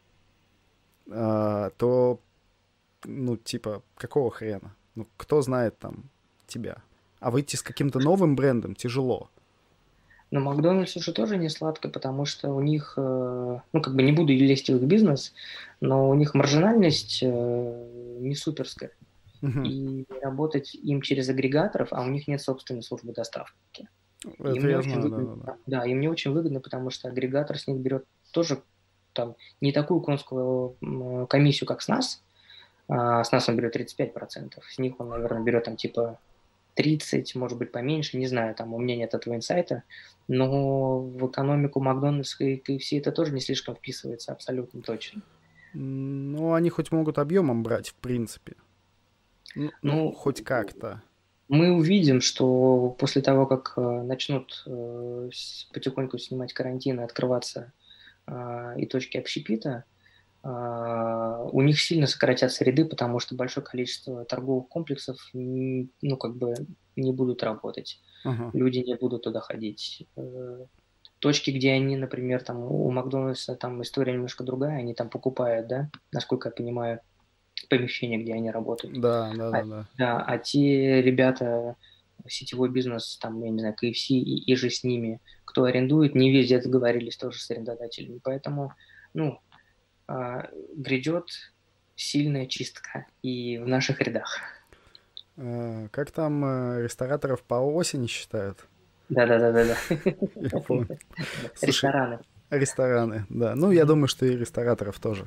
то, ну, типа, какого хрена? Ну, кто знает там тебя? А выйти с каким-то новым брендом тяжело. Но Макдональдс уже тоже не сладко, потому что у них, ну, как бы не буду лезть в их бизнес, но у них маржинальность не суперская. И работать им через агрегаторов, а у них нет собственной службы доставки. Это им я знаю, выгодно, да, им не очень выгодно, потому что агрегатор с них берет тоже там не такую конскую комиссию, как с нас. С нас он берет 35%, с них он, наверное, берет там типа 30, может быть, поменьше, не знаю, там у меня нет этого инсайта, но в экономику Макдональдс и KFC это тоже не слишком вписывается, абсолютно точно. Ну, они хоть могут объемом брать, в принципе. Ну, хоть как-то. Мы увидим, что после того, как начнут потихоньку снимать карантин и открываться и точки общепита, у них сильно сократятся ряды, потому что большое количество торговых комплексов, ну, как бы не будут работать. Люди не будут туда ходить. Точки, где они, например, там у Макдональдса там история немножко другая, они там покупают, да, насколько я понимаю, помещение, где они работают. Да. Да, а те ребята, сетевой бизнес, там, я не знаю, KFC и же с ними, кто арендует, не везде договорились тоже с арендодателями. Поэтому, ну, грядет сильная чистка и в наших рядах. Как там рестораторов по осени считают? Да. Я помню. Рестораны, да. Ну, я думаю, что и рестораторов тоже.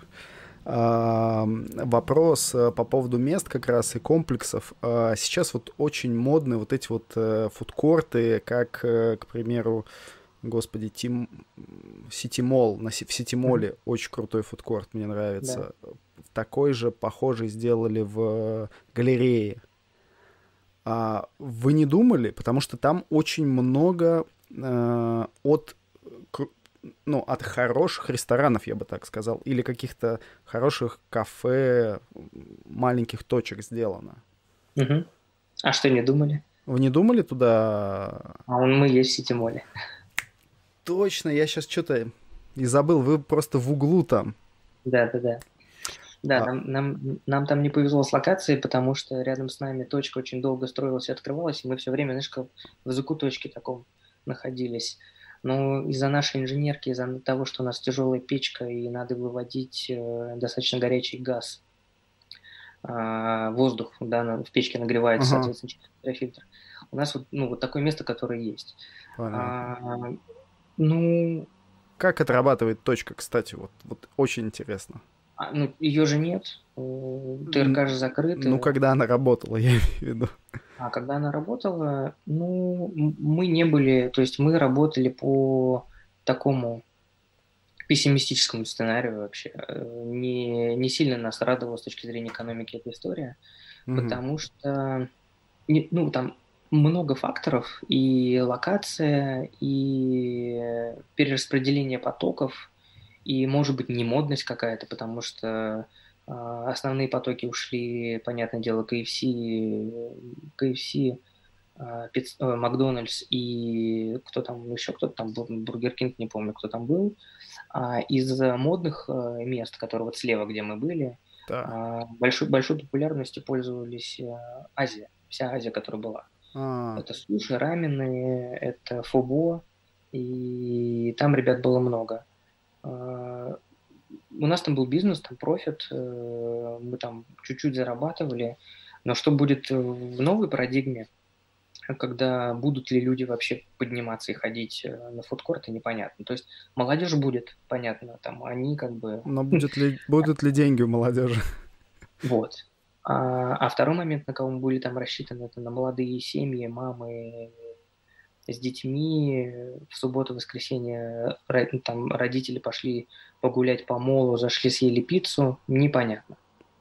Вопрос по поводу мест как раз и комплексов. Сейчас вот очень модны вот эти вот фудкорты, как, к примеру, господи, Сити-молл. В Сити-молле очень крутой фудкорт, мне нравится. Да. Такой же, похожий сделали в галерее. Вы не думали? Потому что там очень много от хороших ресторанов, я бы так сказал, или каких-то хороших кафе, маленьких точек сделано. А что не думали? Вы не думали туда? Мы есть в Ситимоле. Точно, я сейчас что-то и забыл, вы просто в углу там. Да, да, да. Да, А, нам там не повезло с локацией, потому что рядом с нами точка очень долго строилась и открывалась, и мы все время, знаешь, как в закуточке таком находились. Но из-за нашей инженерки, из-за того, что у нас тяжелая печка и надо выводить достаточно горячий газ, воздух, да, в печке нагревается, ага, соответственно, через фильтр. У нас вот, ну, вот такое место, которое есть. понятно. А, ну, Как отрабатывает точка, кстати, вот очень интересно. ну, ее же нет, ТРК же Ну, закрыты. когда она работала, я имею в виду. А когда она работала, ну, мы не были, то есть мы работали по такому пессимистическому сценарию вообще. Не сильно нас радовала с точки зрения экономики эта история, Мгм. потому что, ну, там много факторов, и локация, и перераспределение потоков, и, может быть, не модность какая-то, потому что основные потоки ушли, понятное дело, KFC, Макдональдс и кто там еще, кто там был, Бургер Кинг, не помню, кто там был. Из модных мест, которые вот слева, где мы были, Да. большой популярностью пользовались Азия, вся Азия, которая была. А, Это суши, рамены, это фобо, и там ребят было много. У нас там был бизнес, там профит, мы там чуть-чуть зарабатывали, но что будет в новой парадигме, когда будут ли люди вообще подниматься и ходить на фудкорты, непонятно. То есть молодежь будет, понятно, там они как бы... но будут ли деньги у молодежи? Вот. Второй момент, на кого мы были там рассчитаны, это на молодые семьи, мамы с детьми. В субботу-воскресенье там родители пошли погулять по молу, зашли, съели пиццу. Непонятно.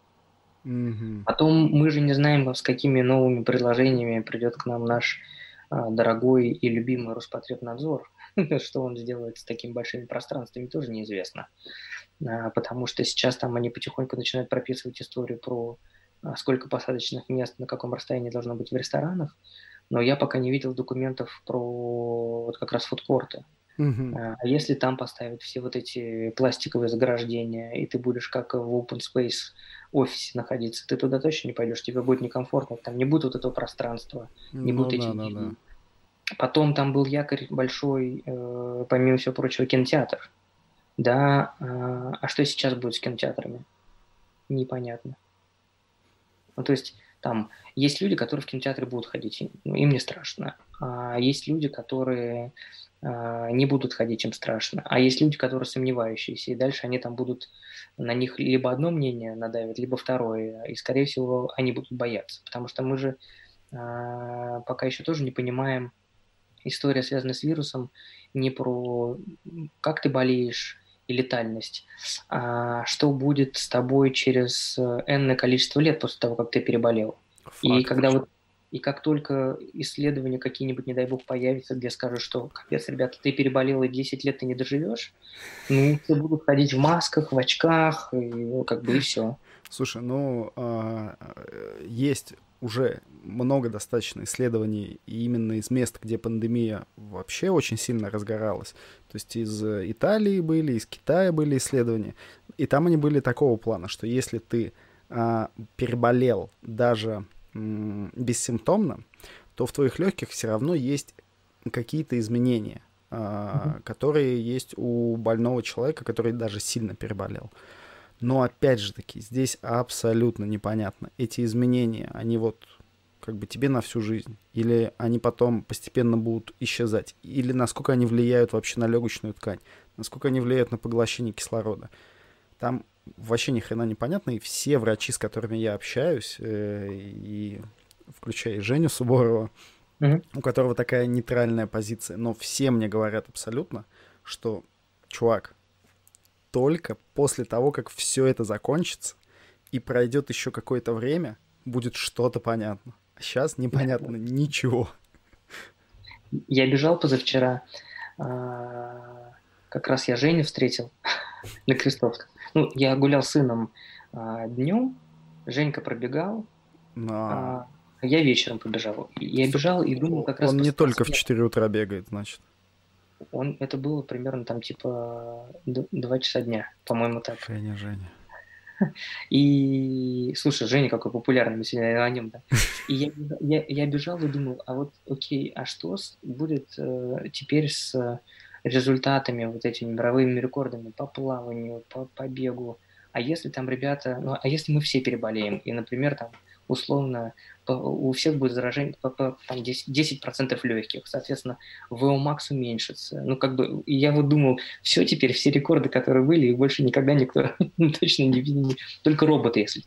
Мгм. Потом мы же не знаем, с какими новыми предложениями придет к нам наш дорогой и любимый Роспотребнадзор. Что он сделает с такими большими пространствами, тоже неизвестно. Потому что сейчас там они потихоньку начинают прописывать историю про сколько посадочных мест, на каком расстоянии должно быть в ресторанах. Но я пока не видел документов про вот как раз фудкорты. Мгм. А если там поставить все вот эти пластиковые заграждения, и ты будешь как в open space офисе находиться, ты туда точно не пойдешь, тебе будет некомфортно, там не будет вот этого пространства, не Ну будут эти да, да, да. двери. Потом там был якорь большой, помимо всего прочего, кинотеатр. Да, а что сейчас будет с кинотеатрами? Непонятно. Ну, то есть там есть люди, которые в кинотеатры будут ходить, им не страшно. А есть люди, которые не будут ходить, им страшно. А есть люди, которые сомневающиеся, и дальше они там будут, на них либо одно мнение надавят, либо второе, и, скорее всего, они будут бояться. Потому что мы же пока еще тоже не понимаем, история, связанная с вирусом, не про как ты болеешь и летальность, а что будет с тобой через энное количество лет после того, как ты переболел. И Факт. когда вот и как только исследования какие-нибудь, не дай бог, появятся, где скажут, что, капец, ребята, ты переболел, и 10 лет ты не доживешь, ну, все будут ходить в масках, в очках, и, ну, как бы и все. Слушай, ну, есть уже много достаточно исследований и именно из мест, где пандемия вообще очень сильно разгоралась. То есть из Италии были, из Китая были исследования. И там они были такого плана, что если ты переболел даже бессимптомно, то в твоих легких все равно есть какие-то изменения, которые есть у больного человека, который даже сильно переболел. Но опять же таки, здесь абсолютно непонятно. Эти изменения, они вот как бы тебе на всю жизнь? Или они потом постепенно будут исчезать? Или насколько они влияют вообще на легочную ткань? Насколько они влияют на поглощение кислорода? Там вообще ни хрена непонятно. И все врачи, с которыми я общаюсь, и включая и Женю Суборова, Мгм. у которого такая нейтральная позиция, но все мне говорят абсолютно, что, чувак, только после того, как все это закончится и пройдет еще какое-то время, будет что-то понятно. А сейчас непонятно ничего. Я бежал позавчера, а, как раз я Женю встретил на Крестовском. Ну, я гулял с сыном днем, Женька пробегал, Но... Я вечером побежал. Я бежал и думал как раз... Он не только в 4 утра бегает, значит. Это было примерно там типа 2 часа дня, по-моему, так. Женя. И, слушай, Женя какой популярный, мы сегодня о нем, да. И я бежал и думал, а вот окей, а что будет теперь с результатами, вот этими мировыми рекордами по плаванию, по бегу? А если там ребята, а если мы все переболеем, и, например, там, условно, у всех будет заражение там 10% легких, соответственно, ВО макс уменьшится. И я вот думал, все теперь, все рекорды, которые были, их больше никогда никто точно не видел, только роботы, если.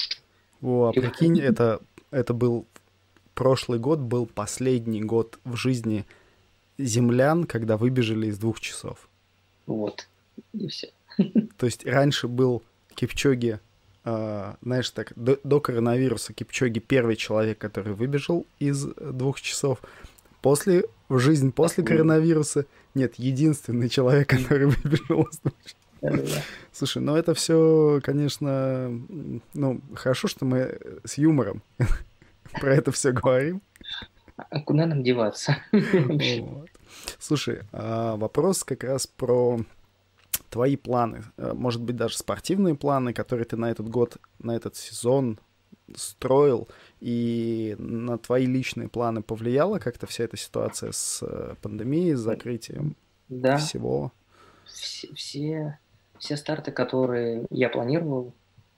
А прикинь, это был прошлый год, был последний год в жизни землян, когда выбежали из 2 часов. Вот, и все. То есть раньше был Кипчоги, знаешь, так, до коронавируса Кипчоги первый человек, который выбежал из 2 часов. После коронавируса нет, единственный человек, который выбежал из 2 часов. Слушай, это все, конечно, хорошо, что мы с юмором про это все говорим. А куда нам деваться? Вот. Слушай, вопрос как раз про твои планы, может быть, даже спортивные планы, которые ты на этот год, на этот сезон строил, и на твои личные планы повлияла как-то вся эта ситуация с пандемией, с закрытием всего? Все старты, которые я планировал,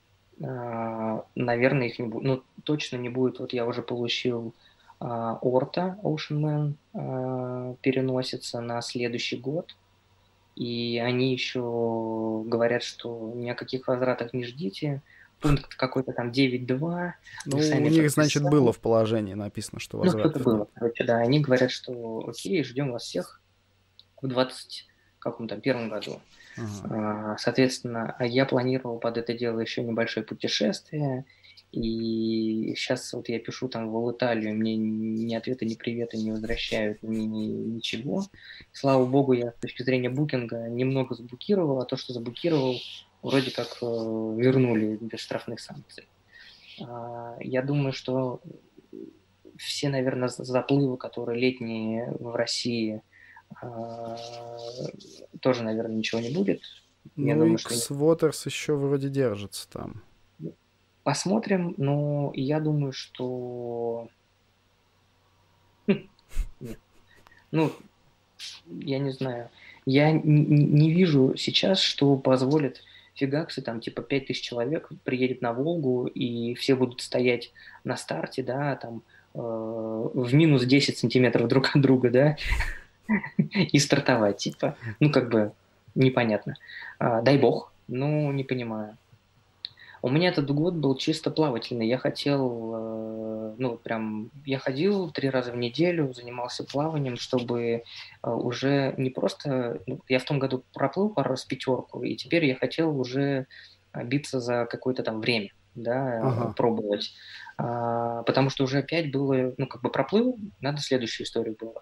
наверное, их не будет. Точно не будет. Вот я уже получил Орта, Ocean Man, переносится на следующий год. И они еще говорят, что ни о каких возвратах не ждите. Пункт какой-то там 9.2. У них, значит, было в положении написано, что возврат. Что-то было. Короче, да, они говорят, что окей, ждем вас всех в 21 году. Ага. Соответственно, я планировал под это дело еще небольшое путешествие. И сейчас вот я пишу там в Италию, мне ни ответа, ни привета не возвращают, ничего. Слава богу, я с точки зрения букинга немного забукировал, а то, что забукировал, вроде как вернули без штрафных санкций. Я думаю, что все, наверное, заплывы, которые летние в России, тоже, наверное, ничего не будет. Я думаю, X-Waters еще вроде держится там. Посмотрим, но я думаю, что... я не знаю. Я не вижу сейчас, что позволит фигаксы, там, типа 5000 человек приедет на Волгу, и все будут стоять на старте, да, там, в минус 10 сантиметров друг от друга, да, и стартовать, типа. Непонятно. Дай бог, не понимаю. У меня этот год был чисто плавательный. Я хотел, я ходил 3 раза в неделю, занимался плаванием, чтобы уже не просто... я в том году проплыл пару раз 5, и теперь я хотел уже биться за какое-то там время, да, пробовать. Потому что уже опять было, проплыл, надо следующую историю было.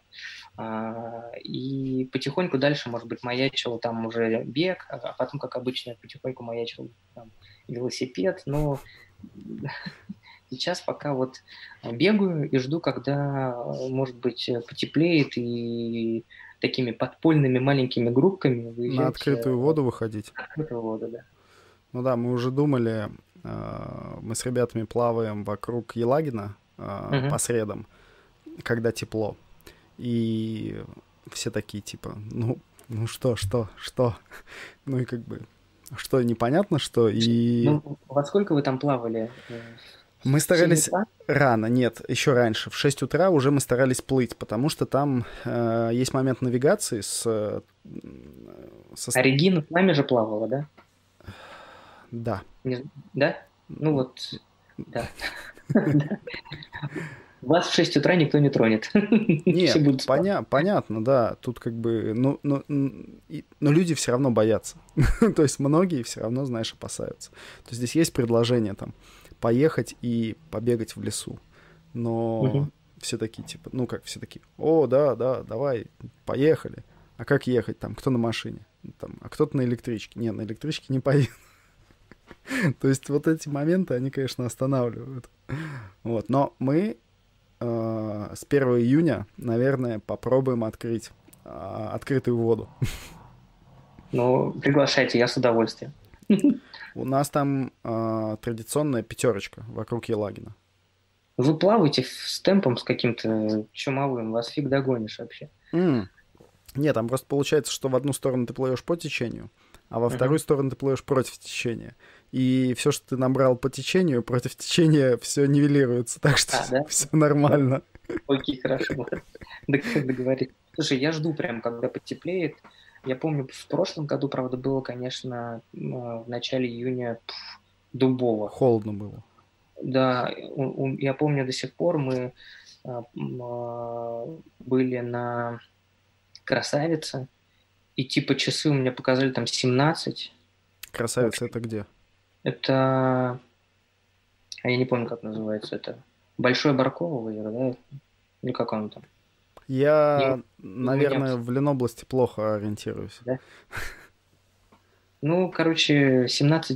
И потихоньку дальше, может быть, маячил там уже бег, а потом, как обычно, потихоньку маячил там велосипед, но сейчас пока вот бегаю и жду, когда, может быть, потеплеет и такими подпольными маленькими группками выезжать. На открытую воду выходить? На открытую воду, да. Мы уже думали, мы с ребятами плаваем вокруг Елагина по средам, когда тепло. И все такие, типа, что? Что, непонятно, что, и... Во сколько вы там плавали? Мы старались рано, нет, еще раньше. В 6 утра уже мы старались плыть, потому что там есть момент навигации с... А Регина с нами же плавала, да? Да. Да? Да. Вас в 6 утра никто не тронет. Нет, понятно, да. Тут но люди все равно боятся. То есть многие все равно, знаешь, опасаются. То есть здесь есть предложение там поехать и побегать в лесу. Но все такие, типа, все такие, да, давай, поехали. А как ехать там? Кто на машине? Там, а кто-то на электричке. Не, на электричке не поедет. То есть вот эти моменты, они, конечно, останавливают. Вот. Но мы с 1 июня, наверное, попробуем открыть открытую воду. Ну, приглашайте, я с удовольствием. У нас там традиционная 5 вокруг Елагина. Вы плаваете с темпом с каким-то чумовым, вас фиг догонишь вообще. Нет, там просто получается, что в одну сторону ты плывешь по течению, а во вторую сторону ты плывешь против течения. И все, что ты набрал по течению, против течения все нивелируется, так что все нормально. Окей, хорошо. Договорились. Слушай, я жду прям, когда потеплеет. Я помню, в прошлом году, правда, было, конечно, в начале июня дубово. Холодно было. Да, я помню до сих пор мы были на Красавице, и типа часы у меня показали там 17. Красавица это где? Это... я не помню, как называется это. Большое Барково, да? Или как он там? Я, наверное, в Ленобласти плохо ориентируюсь. Да? Ну, короче,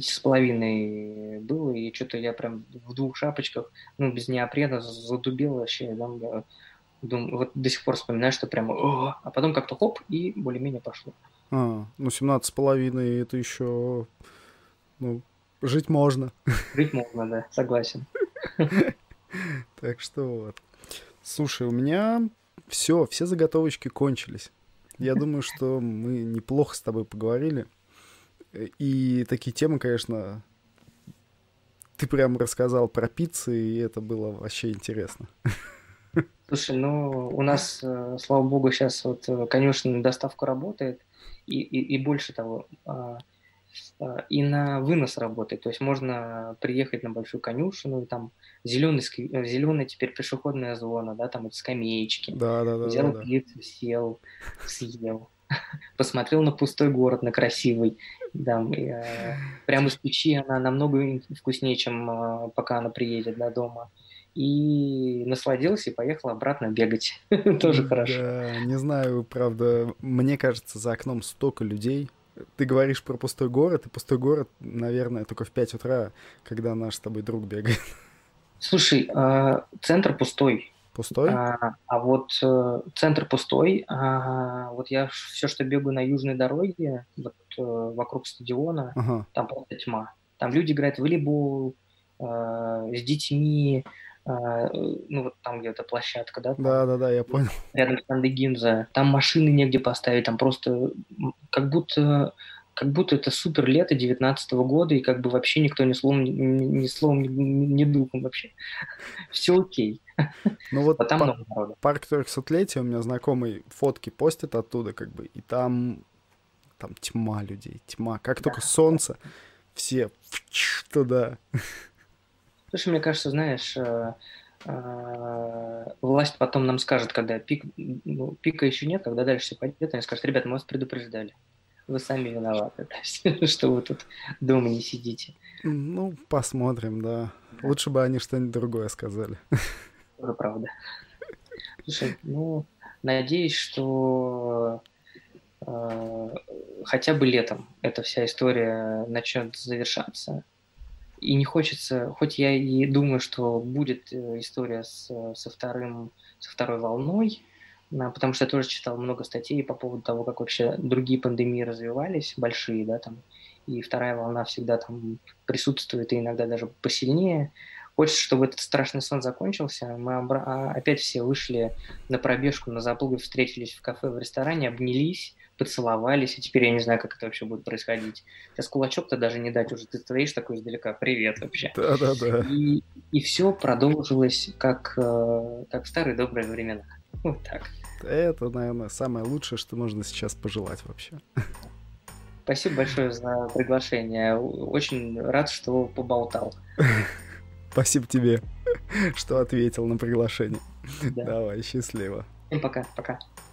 17,5 было, и что-то я прям в 2 шапочках, ну, без неопрена, задубел вообще. Думаю, вот до сих пор вспоминаю, что прям... А потом как-то хоп, и более-менее пошло. Ну, 17,5 это еще... Ну, жить можно. Жить можно, да, согласен. Так что вот. Слушай, у меня все заготовочки кончились. Я думаю, что мы неплохо с тобой поговорили. И такие темы, конечно, ты прям рассказал про пиццы, и это было вообще интересно. Слушай, ну, у нас, слава богу, сейчас вот конюшенная доставка работает, и больше того, и на вынос работает. То есть можно приехать на большую конюшину, там зеленая теперь пешеходная зона, да, там вот скамеечки. Да. Взял пиццу, сел, съел. Посмотрел на пустой город, на красивый. Да, прямо из печи она намного вкуснее, чем пока она приедет до дома. И насладился, и поехал обратно бегать. Тоже хорошо. Да, не знаю, правда, мне кажется, за окном столько людей. Ты говоришь про пустой город, и пустой город, наверное, только в 5 утра, когда наш с тобой друг бегает. Слушай, центр пустой. Пустой? А вот центр пустой. Вот я все, что бегаю на южной дороге, вот вокруг стадиона, там просто тьма. Там люди играют в волейбол с детьми, ну вот там где-то площадка, да? Да, я понял. Рядом с Андегинза. Там машины негде поставить, там просто как будто это супер лето 19-го года, и как бы вообще никто ни словом, ни духом вообще. Все окей. Ну вот там много народа. Парк 300-летия, у меня знакомый фотки постит оттуда, как бы, и там тьма людей, тьма. Как только солнце, все туда. Слушай, мне кажется, знаешь, власть потом нам скажет, когда пика еще нет, когда дальше все пойдет, они скажут: ребята, мы вас предупреждали. Вы сами виноваты, что вы тут дома не сидите. Ну, посмотрим, да. Лучше бы они что-нибудь другое сказали. Это правда. Слушай, ну, надеюсь, что хотя бы летом эта вся история начнет завершаться. И не хочется, хоть я и думаю, что будет история со второй волной, потому что я тоже читал много статей по поводу того, как вообще другие пандемии развивались, большие, да, там, и вторая волна всегда там присутствует, и иногда даже посильнее. Хочется, чтобы этот страшный сон закончился. Мы опять все вышли на пробежку, на Заплуге, встретились в кафе, в ресторане, обнялись, поцеловались, и теперь я не знаю, как это вообще будет происходить. Сейчас кулачок-то даже не дать уже, ты стоишь такой издалека: привет вообще. Да. И все продолжилось, как в старые добрые времена. Вот так. Это, наверное, самое лучшее, что можно сейчас пожелать вообще. Спасибо большое за приглашение. Очень рад, что поболтал. Спасибо тебе, что ответил на приглашение. Да. Давай, счастливо. Всем пока.